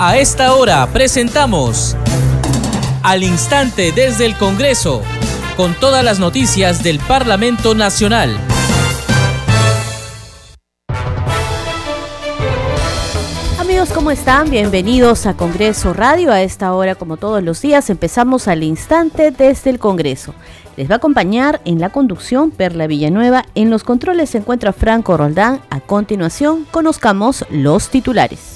A esta hora presentamos Al Instante desde el Congreso, con todas las noticias del Parlamento Nacional. Amigos, ¿cómo están? Bienvenidos a Congreso Radio. A esta hora, como todos los días, empezamos Al Instante desde el Congreso. Les va a acompañar en la conducción Perla Villanueva. En los controles se encuentra Franco Roldán. A continuación, conozcamos los titulares.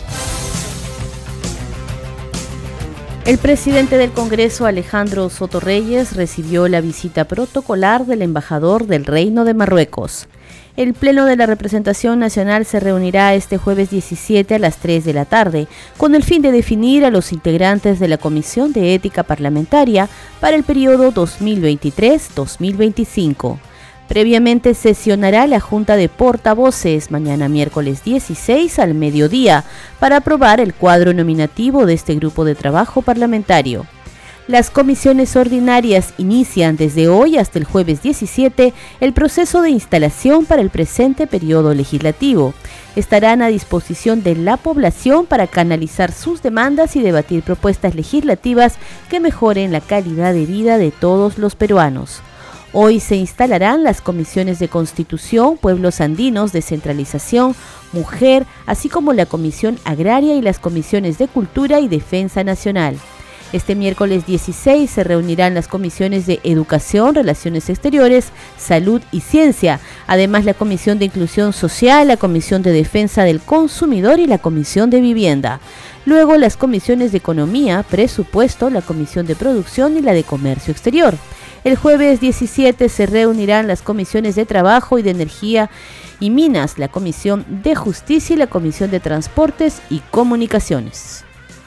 El presidente del Congreso, Alejandro Soto Reyes, recibió la visita protocolar del embajador del Reino de Marruecos. El Pleno de la Representación Nacional se reunirá este jueves 17 a las 3 de la tarde, con el fin de definir a los integrantes de la Comisión de Ética Parlamentaria para el periodo 2023-2025. Previamente sesionará la Junta de Portavoces mañana miércoles 16 al mediodía para aprobar el cuadro nominativo de este grupo de trabajo parlamentario. Las comisiones ordinarias inician desde hoy hasta el jueves 17 el proceso de instalación para el presente periodo legislativo. Estarán a disposición de la población para canalizar sus demandas y debatir propuestas legislativas que mejoren la calidad de vida de todos los peruanos. Hoy se instalarán las comisiones de Constitución, Pueblos Andinos, Descentralización, Mujer, así como la Comisión Agraria y las comisiones de Cultura y Defensa Nacional. Este miércoles 16 se reunirán las comisiones de Educación, Relaciones Exteriores, Salud y Ciencia, además la Comisión de Inclusión Social, la Comisión de Defensa del Consumidor y la Comisión de Vivienda. Luego las comisiones de Economía, Presupuesto, la Comisión de Producción y la de Comercio Exterior. El jueves 17 se reunirán las comisiones de Trabajo y de Energía y Minas, la Comisión de Justicia y la Comisión de Transportes y Comunicaciones.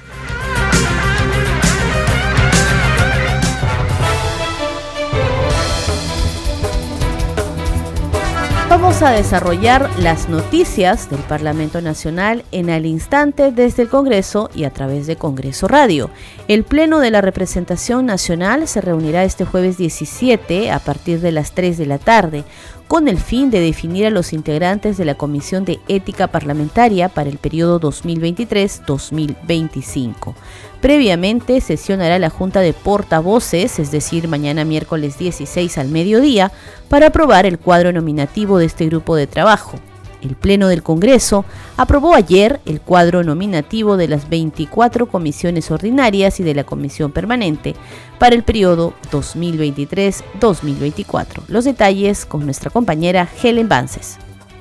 Vamos a desarrollar las noticias del Parlamento Nacional en Al Instante desde el Congreso y a través de Congreso Radio. El Pleno de la Representación Nacional se reunirá este jueves 17 a partir de las 3 de la tarde con el fin de definir a los integrantes de la Comisión de Ética Parlamentaria para el periodo 2023-2025. Previamente sesionará la Junta de Portavoces, es decir, mañana miércoles 16 al mediodía, para aprobar el cuadro nominativo de este grupo de trabajo. El Pleno del Congreso aprobó ayer el cuadro nominativo de las 24 comisiones ordinarias y de la Comisión Permanente para el periodo 2023-2024. Los detalles con nuestra compañera Helen Vances.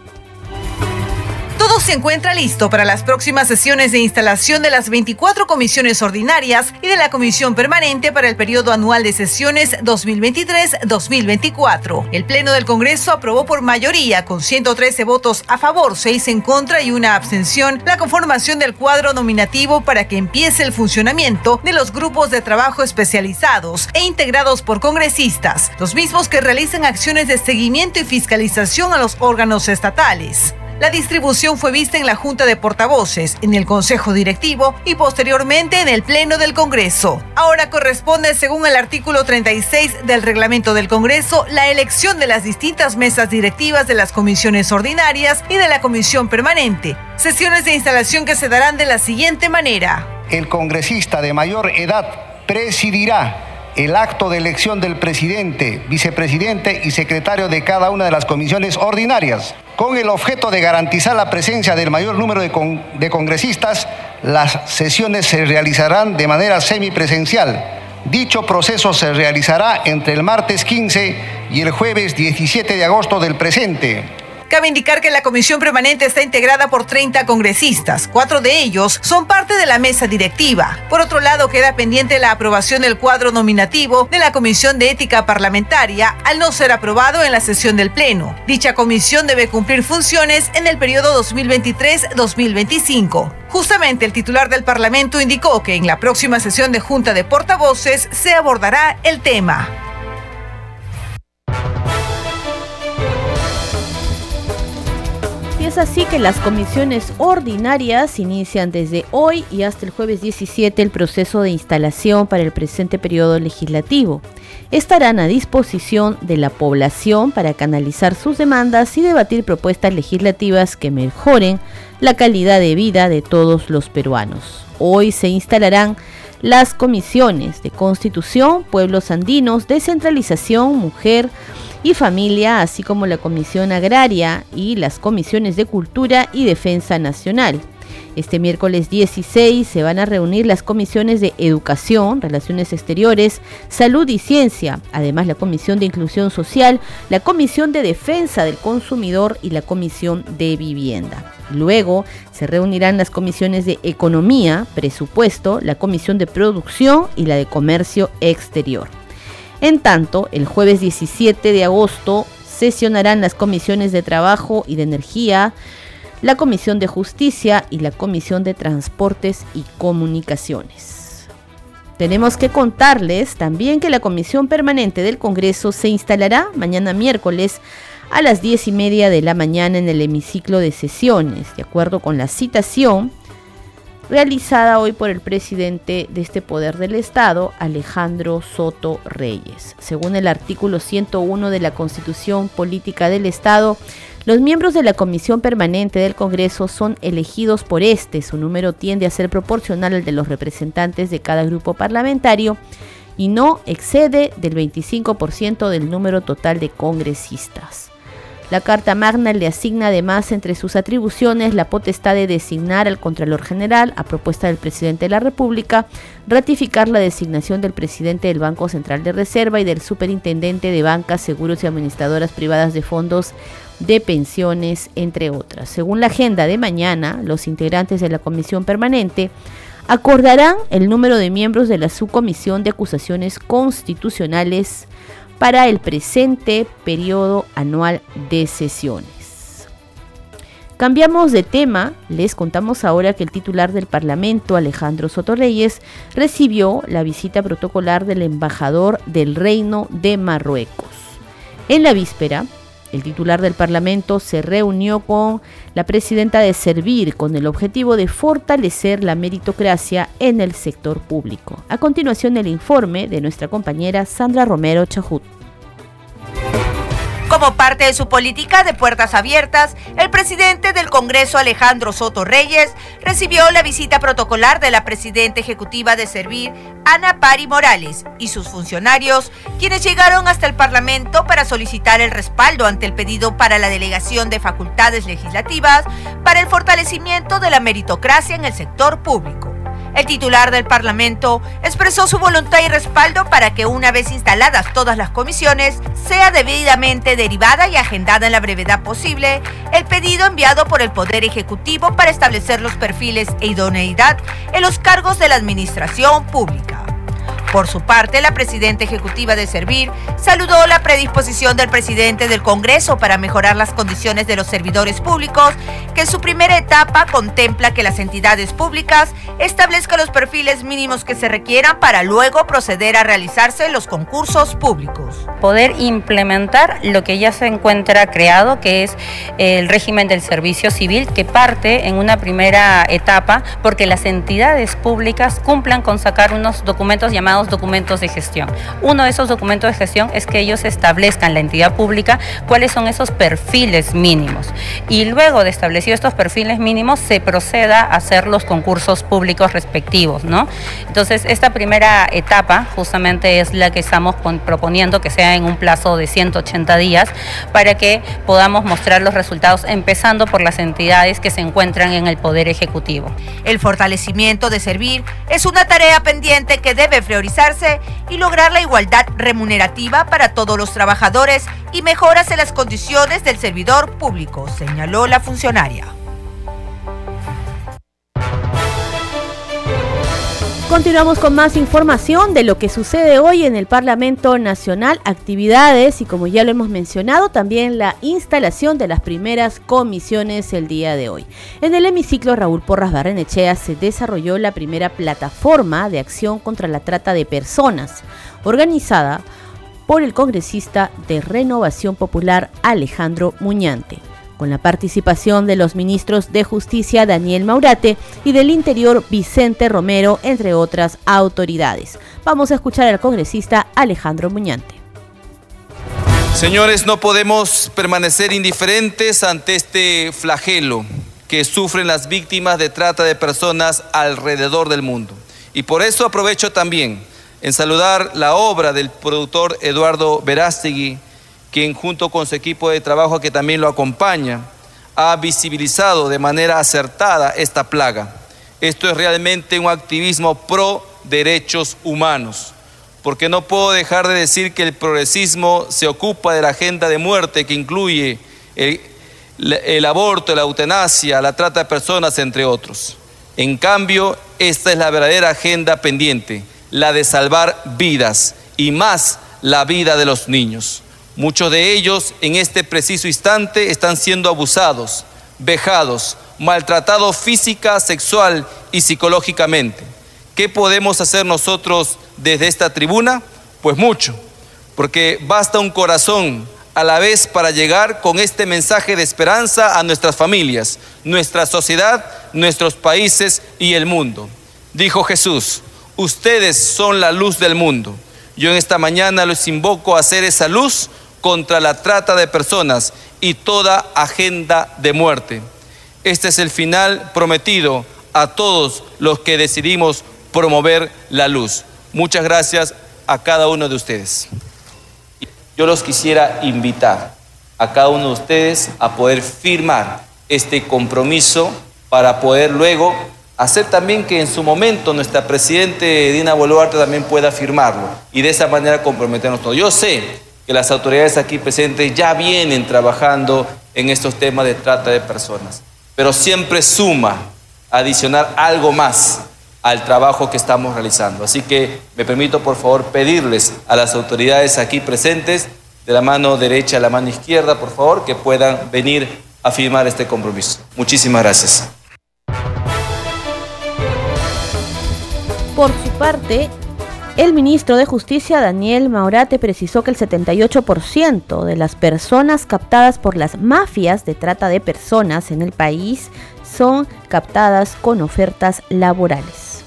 Todo se encuentra listo para las próximas sesiones de instalación de las 24 comisiones ordinarias y de la Comisión Permanente para el periodo anual de sesiones 2023-2024. El Pleno del Congreso aprobó por mayoría, con 113 votos a favor, 6 en contra y una abstención, la conformación del cuadro nominativo para que empiece el funcionamiento de los grupos de trabajo especializados e integrados por congresistas, los mismos que realizan acciones de seguimiento y fiscalización a los órganos estatales. La distribución fue vista en la Junta de Portavoces, en el Consejo Directivo y posteriormente en el Pleno del Congreso. Ahora corresponde, según el artículo 36 del Reglamento del Congreso, la elección de las distintas mesas directivas de las comisiones ordinarias y de la Comisión Permanente. Sesiones de instalación que se darán de la siguiente manera. El congresista de mayor edad presidirá el acto de elección del presidente, vicepresidente y secretario de cada una de las comisiones ordinarias. Con el objeto de garantizar la presencia del mayor número de congresistas, las sesiones se realizarán de manera semipresencial. Dicho proceso se realizará entre el martes 15 y el jueves 17 de agosto del presente. Cabe indicar que la Comisión Permanente está integrada por 30 congresistas. 4 de ellos son parte de la mesa directiva. Por otro lado, queda pendiente la aprobación del cuadro nominativo de la Comisión de Ética Parlamentaria, al no ser aprobado en la sesión del Pleno. Dicha comisión debe cumplir funciones en el periodo 2023-2025. Justamente el titular del Parlamento indicó que en la próxima sesión de Junta de Portavoces se abordará el tema. Y es así que las comisiones ordinarias inician desde hoy y hasta el jueves 17 el proceso de instalación para el presente periodo legislativo. Estarán a disposición de la población para canalizar sus demandas y debatir propuestas legislativas que mejoren la calidad de vida de todos los peruanos. Hoy se instalarán las comisiones de Constitución, Pueblos Andinos, Descentralización, Mujer y Familia, así como la Comisión Agraria y las comisiones de Cultura y Defensa Nacional. Este miércoles 16 se van a reunir las comisiones de Educación, Relaciones Exteriores, Salud y Ciencia, además la Comisión de Inclusión Social, la Comisión de Defensa del Consumidor y la Comisión de Vivienda. Luego se reunirán las comisiones de Economía, Presupuesto, la Comisión de Producción y la de Comercio Exterior. En tanto, el jueves 17 de agosto sesionarán las comisiones de Trabajo y de Energía, la Comisión de Justicia y la Comisión de Transportes y Comunicaciones. Tenemos que contarles también que la Comisión Permanente del Congreso se instalará mañana miércoles a las 10:30 de la mañana en el hemiciclo de sesiones, de acuerdo con la citación realizada hoy por el presidente de este poder del Estado, Alejandro Soto Reyes. Según el artículo 101 de la Constitución Política del Estado, los miembros de la Comisión Permanente del Congreso son elegidos por su número tiende a ser proporcional al de los representantes de cada grupo parlamentario y no excede del 25% del número total de congresistas. La Carta Magna le asigna además entre sus atribuciones la potestad de designar al Contralor General a propuesta del Presidente de la República, ratificar la designación del Presidente del Banco Central de Reserva y del Superintendente de Bancas, Seguros y Administradoras Privadas de Fondos de Pensiones, entre otras. Según la agenda de mañana, los integrantes de la Comisión Permanente acordarán el número de miembros de la Subcomisión de Acusaciones Constitucionales para el presente periodo anual de sesiones. Cambiamos de tema, les contamos ahora que el titular del Parlamento, Alejandro Soto Reyes, recibió la visita protocolar del embajador del Reino de Marruecos. En la víspera, el titular del Parlamento se reunió con la presidenta de Servir con el objetivo de fortalecer la meritocracia en el sector público. A continuación, el informe de nuestra compañera Sandra Romero Chajut. Como parte de su política de puertas abiertas, el presidente del Congreso, Alejandro Soto Reyes, recibió la visita protocolar de la presidenta ejecutiva de Servir, Ana Pari Morales, y sus funcionarios, quienes llegaron hasta el Parlamento para solicitar el respaldo ante el pedido para la delegación de facultades legislativas para el fortalecimiento de la meritocracia en el sector público. El titular del Parlamento expresó su voluntad y respaldo para que, una vez instaladas todas las comisiones, sea debidamente derivada y agendada en la brevedad posible el pedido enviado por el Poder Ejecutivo para establecer los perfiles e idoneidad en los cargos de la administración pública. Por su parte, la presidenta ejecutiva de Servir saludó la predisposición del presidente del Congreso para mejorar las condiciones de los servidores públicos, que en su primera etapa contempla que las entidades públicas establezcan los perfiles mínimos que se requieran para luego proceder a realizarse los concursos públicos. Poder implementar lo que ya se encuentra creado, que es el régimen del servicio civil, que parte en una primera etapa porque las entidades públicas cumplan con sacar unos documentos llamados documentos de gestión. Uno de esos documentos de gestión es que ellos establezcan, la entidad pública, cuáles son esos perfiles mínimos. Y luego de establecidos estos perfiles mínimos, se proceda a hacer los concursos públicos respectivos, ¿no? Entonces, esta primera etapa justamente es la que estamos proponiendo que sea en un plazo de 180 días para que podamos mostrar los resultados, empezando por las entidades que se encuentran en el Poder Ejecutivo. El fortalecimiento de Servir es una tarea pendiente que debe priorizarse y lograr la igualdad remunerativa para todos los trabajadores y mejoras en las condiciones del servidor público, señaló la funcionaria. Continuamos con más información de lo que sucede hoy en el Parlamento Nacional, actividades y, como ya lo hemos mencionado, también la instalación de las primeras comisiones el día de hoy. En el hemiciclo Raúl Porras Barrenechea se desarrolló la primera plataforma de acción contra la trata de personas, organizada por el congresista de Renovación Popular Alejandro Muñante. con la participación de los ministros de Justicia Daniel Maurate y del Interior Vicente Romero, entre otras autoridades. Vamos a escuchar al congresista Alejandro Muñante. Señores, no podemos permanecer indiferentes ante este flagelo que sufren las víctimas de trata de personas alrededor del mundo. Y por eso aprovecho también en saludar la obra del productor Eduardo Verástegui, quien junto con su equipo de trabajo que también lo acompaña, ha visibilizado de manera acertada esta plaga. Esto es realmente un activismo pro derechos humanos, porque no puedo dejar de decir que el progresismo se ocupa de la agenda de muerte que incluye el aborto, la eutanasia, la trata de personas, entre otros. En cambio, esta es la verdadera agenda pendiente, la de salvar vidas y más la vida de los niños. Muchos de ellos en este preciso instante están siendo abusados, vejados, maltratados física, sexual y psicológicamente. ¿Qué podemos hacer nosotros desde esta tribuna? Pues mucho, porque basta un corazón a la vez para llegar con este mensaje de esperanza a nuestras familias, nuestra sociedad, nuestros países y el mundo. Dijo Jesús: ustedes son la luz del mundo. Yo en esta mañana los invoco a hacer esa luz contra la trata de personas y toda agenda de muerte. Este es el final prometido a todos los que decidimos promover la luz. Muchas gracias a cada uno de ustedes. Yo los quisiera invitar a cada uno de ustedes a poder firmar este compromiso para poder luego hacer también que en su momento nuestra presidente Dina Boluarte también pueda firmarlo y de esa manera comprometernos todos. Yo sé que las autoridades aquí presentes ya vienen trabajando en estos temas de trata de personas, pero siempre suma adicionar algo más al trabajo que estamos realizando. Así que me permito, por favor, pedirles a las autoridades aquí presentes, de la mano derecha a la mano izquierda, por favor, que puedan venir a firmar este compromiso. Muchísimas gracias. Por su parte, el ministro de Justicia, Daniel Maurate, precisó que el 78% de las personas captadas por las mafias de trata de personas en el país son captadas con ofertas laborales.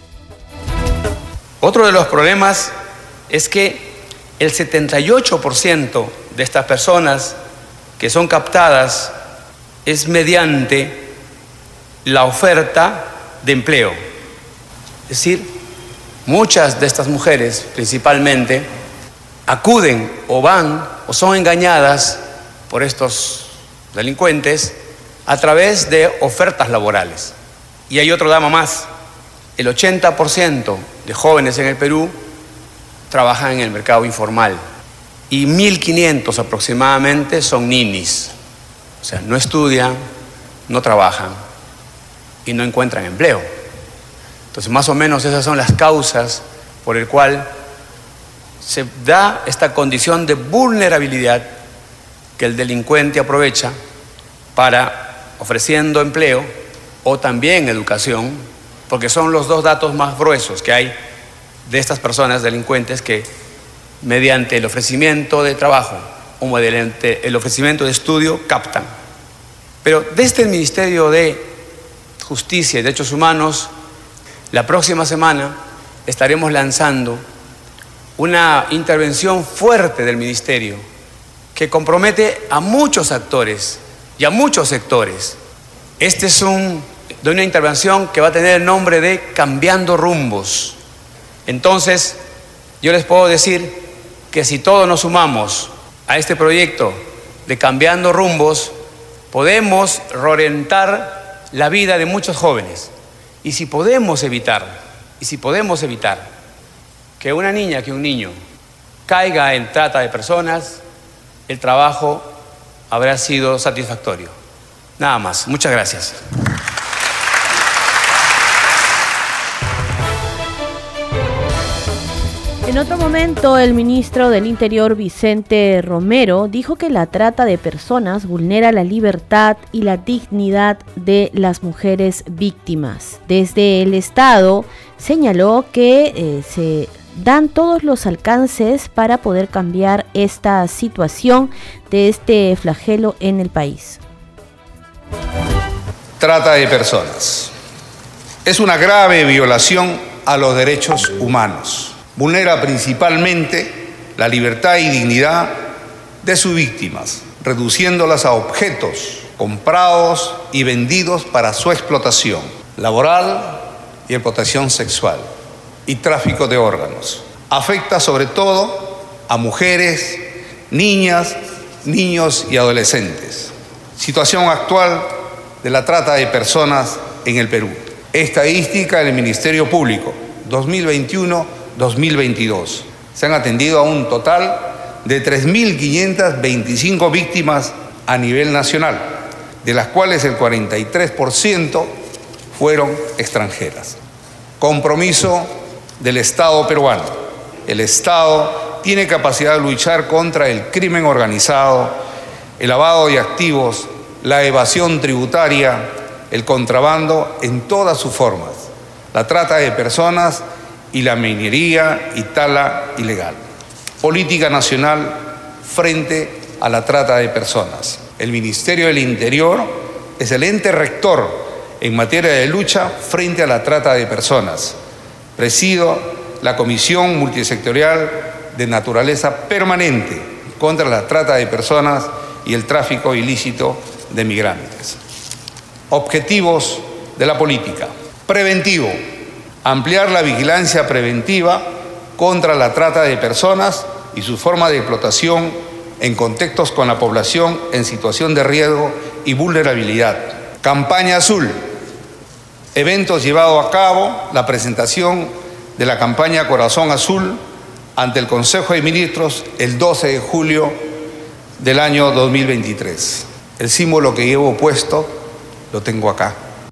Otro de los problemas es que el 78% de estas personas que son captadas es mediante la oferta de empleo. Es decir, muchas de estas mujeres, principalmente, acuden o van o son engañadas por estos delincuentes a través de ofertas laborales. Y hay otro drama más. El 80% de jóvenes en el Perú trabajan en el mercado informal y 1.500 aproximadamente son ninis. O sea, no estudian, no trabajan y no encuentran empleo. Entonces, más o menos esas son las causas por el cual se da esta condición de vulnerabilidad que el delincuente aprovecha para ofreciendo empleo o también educación, porque son los dos datos más gruesos que hay de estas personas delincuentes que mediante el ofrecimiento de trabajo o mediante el ofrecimiento de estudio captan. Pero desde el Ministerio de Justicia y Derechos Humanos, la próxima semana estaremos lanzando una intervención fuerte del Ministerio que compromete a muchos actores y a muchos sectores. Este es de una intervención que va a tener el nombre de Cambiando Rumbos. Entonces, yo les puedo decir que si todos nos sumamos a este proyecto de Cambiando Rumbos, podemos reorientar la vida de muchos jóvenes. Y si podemos evitar que una niña, que un niño caiga en trata de personas, el trabajo habrá sido satisfactorio. Nada más. Muchas gracias. En otro momento, el ministro del Interior, Vicente Romero, dijo que la trata de personas vulnera la libertad y la dignidad de las mujeres víctimas. Desde el Estado señaló que se dan todos los alcances para poder cambiar esta situación de este flagelo en el país. Trata de personas. Es una grave violación a los derechos humanos. Vulnera principalmente la libertad y dignidad de sus víctimas, reduciéndolas a objetos comprados y vendidos para su explotación laboral y explotación sexual y tráfico de órganos. Afecta sobre todo a mujeres, niñas, niños y adolescentes. Situación actual de la trata de personas en el Perú. Estadística del Ministerio Público, 2021-2022. Se han atendido a un total de 3.525 víctimas a nivel nacional, de las cuales el 43% fueron extranjeras. Compromiso del Estado peruano. El Estado tiene capacidad de luchar contra el crimen organizado, el lavado de activos, la evasión tributaria, el contrabando en todas sus formas, la trata de personas y la minería y tala ilegal. Política nacional frente a la trata de personas. El Ministerio del Interior es el ente rector en materia de lucha frente a la trata de personas. Presido la Comisión Multisectorial de Naturaleza Permanente contra la trata de personas y el tráfico ilícito de migrantes. Objetivos de la política. Preventivo. Ampliar la vigilancia preventiva contra la trata de personas y su forma de explotación en contextos con la población en situación de riesgo y vulnerabilidad. Campaña Azul. Eventos llevados a cabo, la presentación de la campaña Corazón Azul ante el Consejo de Ministros el 12 de julio del año 2023. El símbolo que llevo puesto lo tengo acá.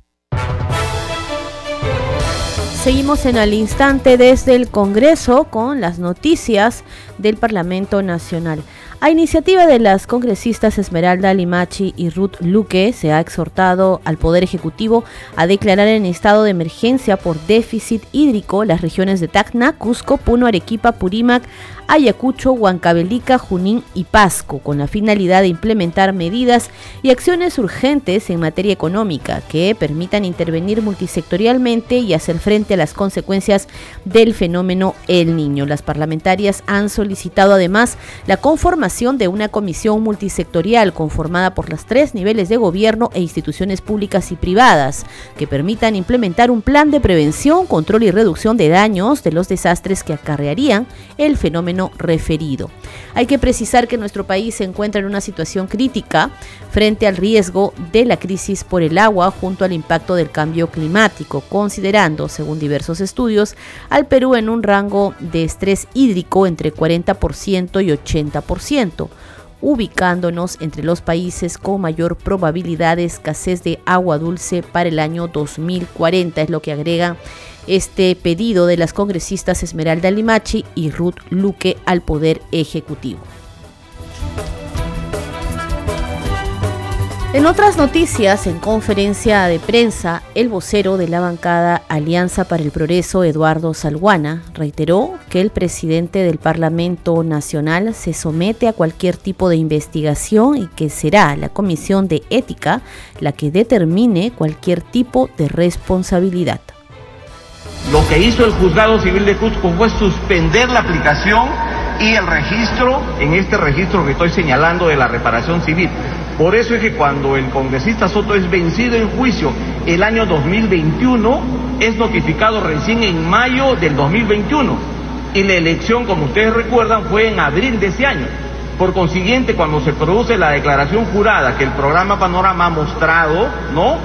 Seguimos en Al Instante desde el Congreso con las noticias del Parlamento Nacional. A iniciativa de las congresistas Esmeralda Limachi y Ruth Luque, se ha exhortado al Poder Ejecutivo a declarar en estado de emergencia por déficit hídrico las regiones de Tacna, Cusco, Puno, Arequipa, Purímac, Ayacucho, Huancavelica, Junín y Pasco, con la finalidad de implementar medidas y acciones urgentes en materia económica que permitan intervenir multisectorialmente y hacer frente a las consecuencias del fenómeno El Niño. Las parlamentarias han solicitado además la conformación de una comisión multisectorial conformada por los 3 niveles de gobierno e instituciones públicas y privadas que permitan implementar un plan de prevención, control y reducción de daños de los desastres que acarrearían el fenómeno referido. Hay que precisar que nuestro país se encuentra en una situación crítica frente al riesgo de la crisis por el agua junto al impacto del cambio climático, considerando, según diversos estudios, al Perú en un rango de estrés hídrico entre 40% y 80%, ubicándonos entre los países con mayor probabilidad de escasez de agua dulce para el año 2040, es lo que agrega este pedido de las congresistas Esmeralda Limachi y Ruth Luque al Poder Ejecutivo. En otras noticias, en conferencia de prensa, el vocero de la bancada Alianza para el Progreso, Eduardo Salguana, reiteró que el presidente del Parlamento Nacional se somete a cualquier tipo de investigación y que será la Comisión de Ética la que determine cualquier tipo de responsabilidad. Lo que hizo el Juzgado Civil de Cusco fue suspender la aplicación y el registro, en este registro que estoy señalando de la reparación civil. Por eso es que cuando el congresista Soto es vencido en juicio el año 2021, es notificado recién en mayo del 2021. Y la elección, como ustedes recuerdan, fue en abril de ese año. Por consiguiente, cuando se produce la declaración jurada que el programa Panorama ha mostrado, ¿no?,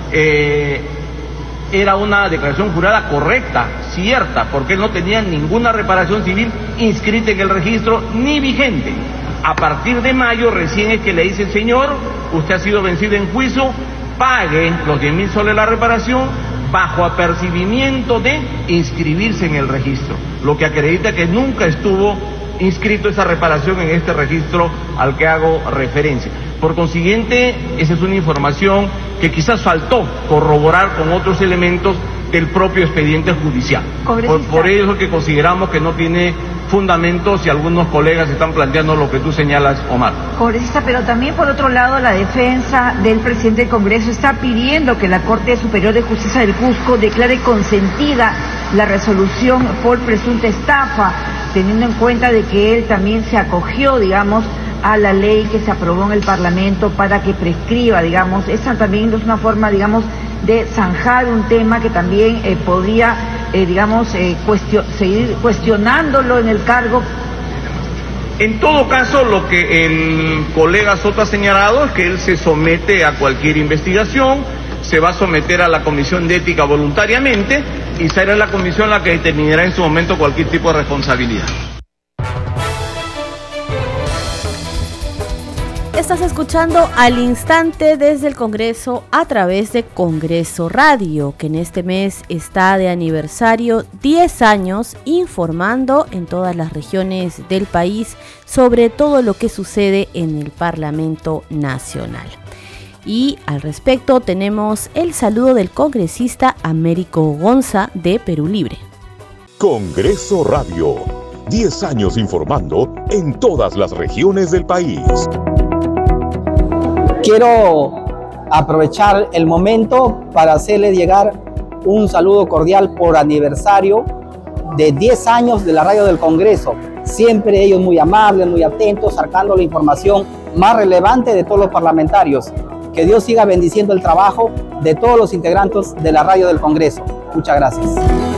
era una declaración jurada correcta, cierta, porque no tenía ninguna reparación civil inscrita en el registro ni vigente. A partir de mayo recién es que le dice: señor, usted ha sido vencido en juicio, pague los 10.000 soles la reparación bajo apercibimiento de inscribirse en el registro, lo que acredita que nunca estuvo inscrito esa reparación en este registro al que hago referencia. Por consiguiente, esa es una información que quizás faltó corroborar con otros elementos del propio expediente judicial. Por ello es que consideramos que no tiene fundamentos y algunos colegas están planteando lo que tú señalas, Omar. Congresista, pero también por otro lado la defensa del presidente del Congreso está pidiendo que la Corte Superior de Justicia del Cusco declare consentida la resolución por presunta estafa, teniendo en cuenta de que él también se acogió, digamos, a la ley que se aprobó en el Parlamento para que prescriba, digamos. Esa también es una forma, de zanjar un tema que también podría, seguir cuestionándolo en el cargo. En todo caso, lo que el colega Soto ha señalado es que él se somete a cualquier investigación, se va a someter a la Comisión de Ética voluntariamente y será la comisión la que determinará en su momento cualquier tipo de responsabilidad. Estás escuchando Al Instante desde el Congreso a través de Congreso Radio, que en este mes está de aniversario 10 años informando en todas las regiones del país sobre todo lo que sucede en el Parlamento Nacional. Y al respecto tenemos el saludo del congresista Américo Gonza de Perú Libre. Congreso Radio, 10 años informando en todas las regiones del país. Quiero aprovechar el momento para hacerle llegar un saludo cordial por aniversario de 10 años de la Radio del Congreso. Siempre ellos muy amables, muy atentos, sacando la información más relevante de todos los parlamentarios. Que Dios siga bendiciendo el trabajo de todos los integrantes de la Radio del Congreso. Muchas gracias.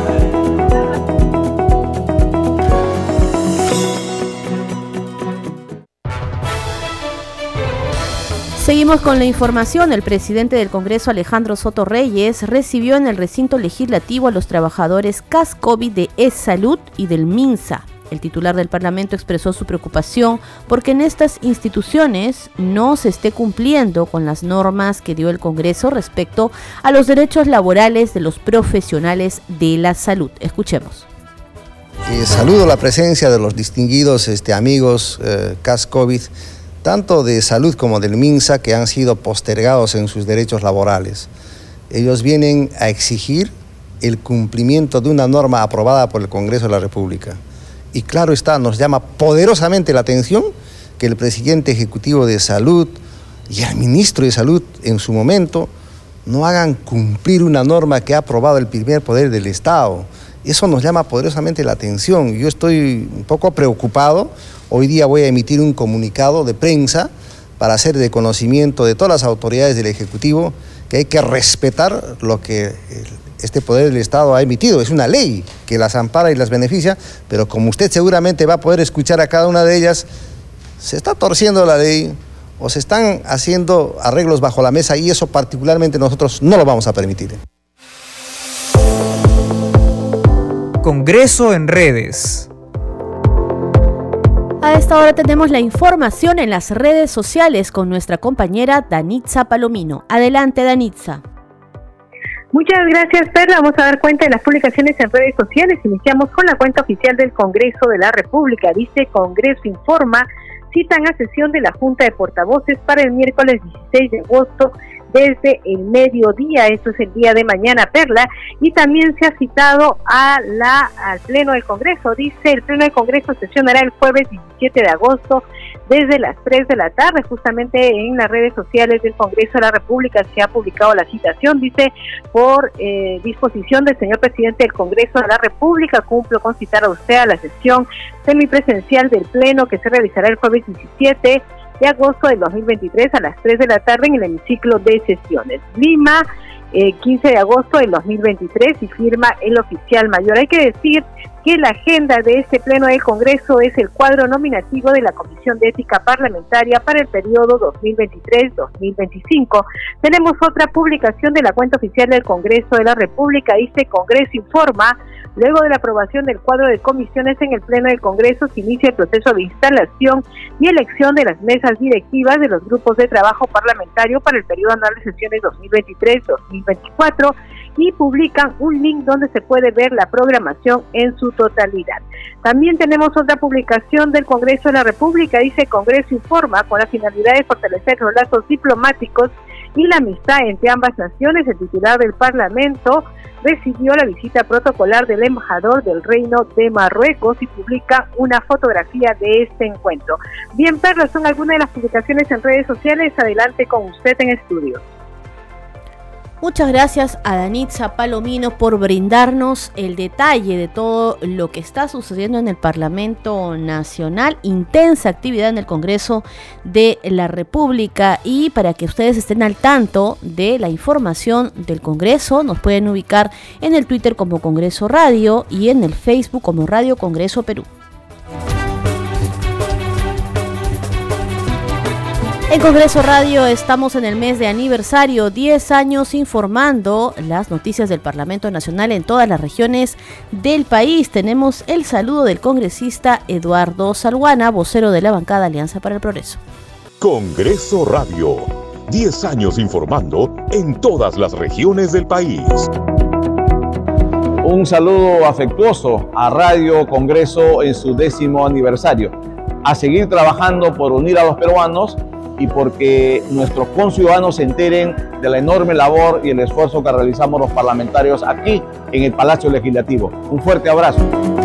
Seguimos con la información. El presidente del Congreso, Alejandro Soto Reyes, recibió en el recinto legislativo a los trabajadores CAS-COVID de ESalud y del MINSA. El titular del Parlamento expresó su preocupación porque en estas instituciones no se esté cumpliendo con las normas que dio el Congreso respecto a los derechos laborales de los profesionales de la salud. Escuchemos. Saludo la presencia de los distinguidos amigos CAS-COVID, tanto de salud como del MINSA, que han sido postergados en sus derechos laborales. Ellos vienen a exigir el cumplimiento de una norma aprobada por el Congreso de la República. Y claro está, nos llama poderosamente la atención que el presidente ejecutivo de Salud y el ministro de Salud en su momento no hagan cumplir una norma que ha aprobado el primer poder del Estado. Eso nos llama poderosamente la atención. Yo estoy un poco preocupado. Hoy día voy a emitir un comunicado de prensa para hacer de conocimiento de todas las autoridades del Ejecutivo que hay que respetar lo que este poder del Estado ha emitido. Es una ley que las ampara y las beneficia, pero como usted seguramente va a poder escuchar a cada una de ellas, se está torciendo la ley o se están haciendo arreglos bajo la mesa y eso particularmente nosotros no lo vamos a permitir. Congreso en redes. A esta hora tenemos la información en las redes sociales con nuestra compañera Danitza Palomino. Adelante, Danitza. Muchas gracias, Perla. Vamos a dar cuenta de las publicaciones en redes sociales. Iniciamos con la cuenta oficial del Congreso de la República. Dice: Congreso informa, citan a sesión de la Junta de Portavoces para el miércoles 16 de agosto desde el mediodía. Esto es el día de mañana, Perla. Y también se ha citado al Pleno del Congreso. Dice: el Pleno del Congreso sesionará el jueves 17 de agosto desde las 3 de la tarde. Justamente en las redes sociales del Congreso de la República se ha publicado la citación. Dice: por disposición del señor presidente del Congreso de la República, cumplo con citar a usted a la sesión semipresencial del Pleno que se realizará el jueves 17 de agosto del 2023 a las 3 de la tarde en el hemiciclo de sesiones. Lima, 15 de agosto del 2023, y firma el oficial mayor. Hay que decir que la agenda de este Pleno del Congreso es el cuadro nominativo de la Comisión de Ética Parlamentaria para el periodo 2023-2025. Tenemos otra publicación de la cuenta oficial del Congreso de la República. Dice: Congreso informa, luego de la aprobación del cuadro de comisiones en el Pleno del Congreso, se inicia el proceso de instalación y elección de las mesas directivas de los grupos de trabajo parlamentario para el periodo anual de sesiones 2023-2024 y publican un link donde se puede ver la programación en su totalidad. También tenemos otra publicación del Congreso de la República. Dice: Congreso informa, con la finalidad de fortalecer los lazos diplomáticos y la amistad entre ambas naciones. El titular del Parlamento recibió la visita protocolar del embajador del Reino de Marruecos y publica una fotografía de este encuentro. Bien, Perla, son algunas de las publicaciones en redes sociales. Adelante con usted en estudio. Muchas gracias a Danitza Palomino por brindarnos el detalle de todo lo que está sucediendo en el Parlamento Nacional. Intensa actividad en el Congreso de la República, y para que ustedes estén al tanto de la información del Congreso, nos pueden ubicar en el Twitter como Congreso Radio y en el Facebook como Radio Congreso Perú. En Congreso Radio estamos en el mes de aniversario, 10 años informando las noticias del Parlamento Nacional en todas las regiones del país. Tenemos el saludo del congresista Eduardo Salguana, vocero de la bancada Alianza para el Progreso. Congreso Radio, 10 años informando en todas las regiones del país. Un saludo afectuoso a Radio Congreso en su 10º aniversario. A seguir trabajando por unir a los peruanos y porque nuestros conciudadanos se enteren de la enorme labor y el esfuerzo que realizamos los parlamentarios aquí en el Palacio Legislativo. Un fuerte abrazo.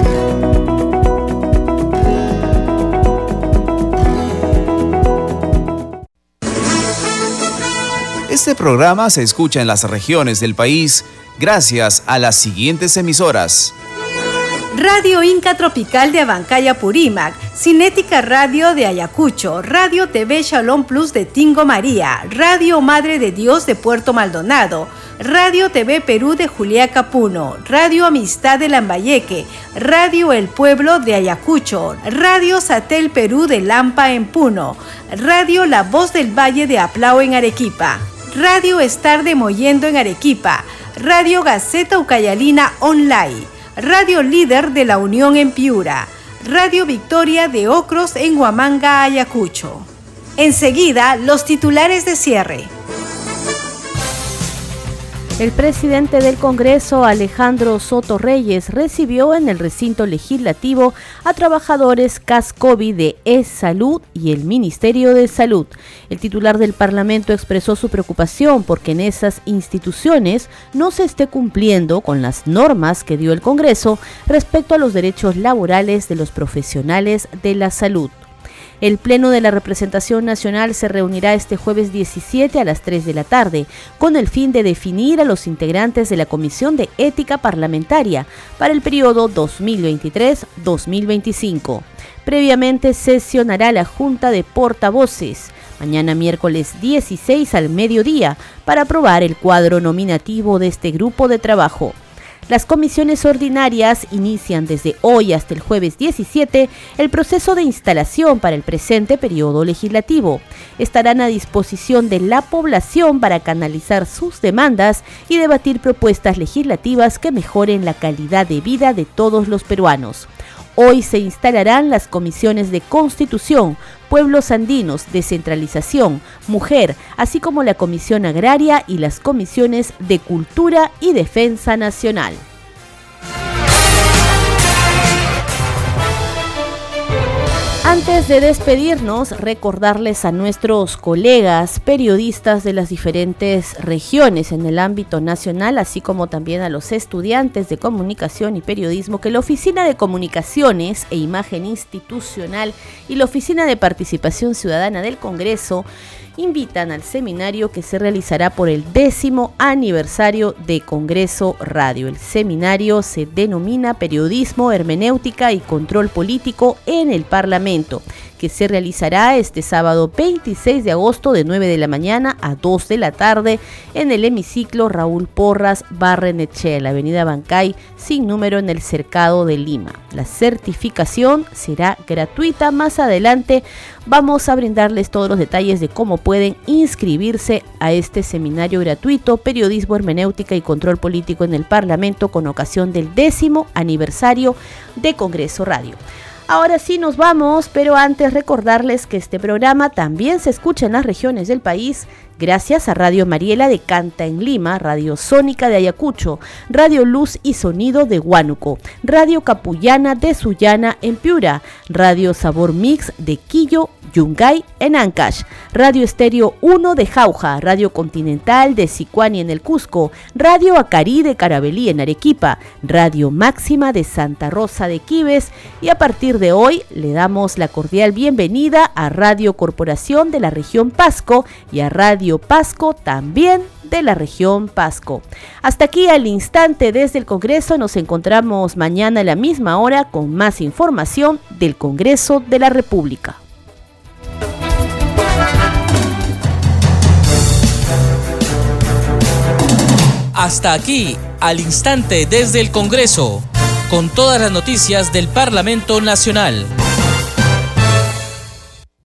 Este programa se escucha en las regiones del país gracias a las siguientes emisoras: Radio Inca Tropical de Abancaya Purímac, Cinética Radio de Ayacucho, Radio TV Shalom Plus de Tingo María, Radio Madre de Dios de Puerto Maldonado, Radio TV Perú de Juliaca Puno, Radio Amistad de Lambayeque, Radio El Pueblo de Ayacucho, Radio Satel Perú de Lampa en Puno, Radio La Voz del Valle de Aplao en Arequipa, Radio Estar de Mollendo en Arequipa, Radio Gaceta Ucayalina Online, Radio Líder de la Unión en Piura, Radio Victoria de Ocros en Huamanga, Ayacucho. Enseguida, los titulares de cierre. El presidente del Congreso, Alejandro Soto Reyes, recibió en el recinto legislativo a trabajadores CAS-COVID de E-Salud y el Ministerio de Salud. El titular del Parlamento expresó su preocupación porque en esas instituciones no se esté cumpliendo con las normas que dio el Congreso respecto a los derechos laborales de los profesionales de la salud. El Pleno de la Representación Nacional se reunirá este jueves 17 a las 3 de la tarde, con el fin de definir a los integrantes de la Comisión de Ética Parlamentaria para el periodo 2023-2025. Previamente sesionará la Junta de Portavoces, mañana miércoles 16 al mediodía, para aprobar el cuadro nominativo de este grupo de trabajo. Las comisiones ordinarias inician desde hoy hasta el jueves 17 el proceso de instalación para el presente periodo legislativo. Estarán a disposición de la población para canalizar sus demandas y debatir propuestas legislativas que mejoren la calidad de vida de todos los peruanos. Hoy se instalarán las comisiones de Constitución, Pueblos Andinos, Descentralización, Mujer, así como la Comisión Agraria y las comisiones de Cultura y Defensa Nacional. Antes de despedirnos, recordarles a nuestros colegas periodistas de las diferentes regiones en el ámbito nacional, así como también a los estudiantes de comunicación y periodismo, que la Oficina de Comunicaciones e Imagen Institucional y la Oficina de Participación Ciudadana del Congreso invitan al seminario que se realizará por el 10º aniversario de Congreso Radio. El seminario se denomina Periodismo, Hermenéutica y Control Político en el Parlamento, que se realizará este sábado 26 de agosto de 9 de la mañana a 2 de la tarde en el hemiciclo Raúl Porras Barrenechea, en la avenida Bancay, sin número, en el Cercado de Lima. La certificación será gratuita. Más adelante vamos a brindarles todos los detalles de cómo pueden inscribirse a este seminario gratuito, Periodismo, Hermenéutica y Control Político en el Parlamento, con ocasión del 10º aniversario de Congreso Radio. Ahora sí nos vamos, pero antes recordarles que este programa también se escucha en las regiones del país gracias a Radio Mariela de Canta en Lima, Radio Sónica de Ayacucho, Radio Luz y Sonido de Huánuco, Radio Capullana de Sullana en Piura, Radio Sabor Mix de Quillo Yungay en Ancash, Radio Estéreo 1 de Jauja, Radio Continental de Sicuani en el Cusco, Radio Acarí de Carabelí en Arequipa, Radio Máxima de Santa Rosa de Quibes, y a partir de hoy le damos la cordial bienvenida a Radio Corporación de la región Pasco y a Radio Pasco también de la región Pasco. Hasta aquí al instante desde el Congreso. Nos encontramos mañana a la misma hora con más información del Congreso de la República. Hasta aquí, al instante desde el Congreso, con todas las noticias del Parlamento Nacional.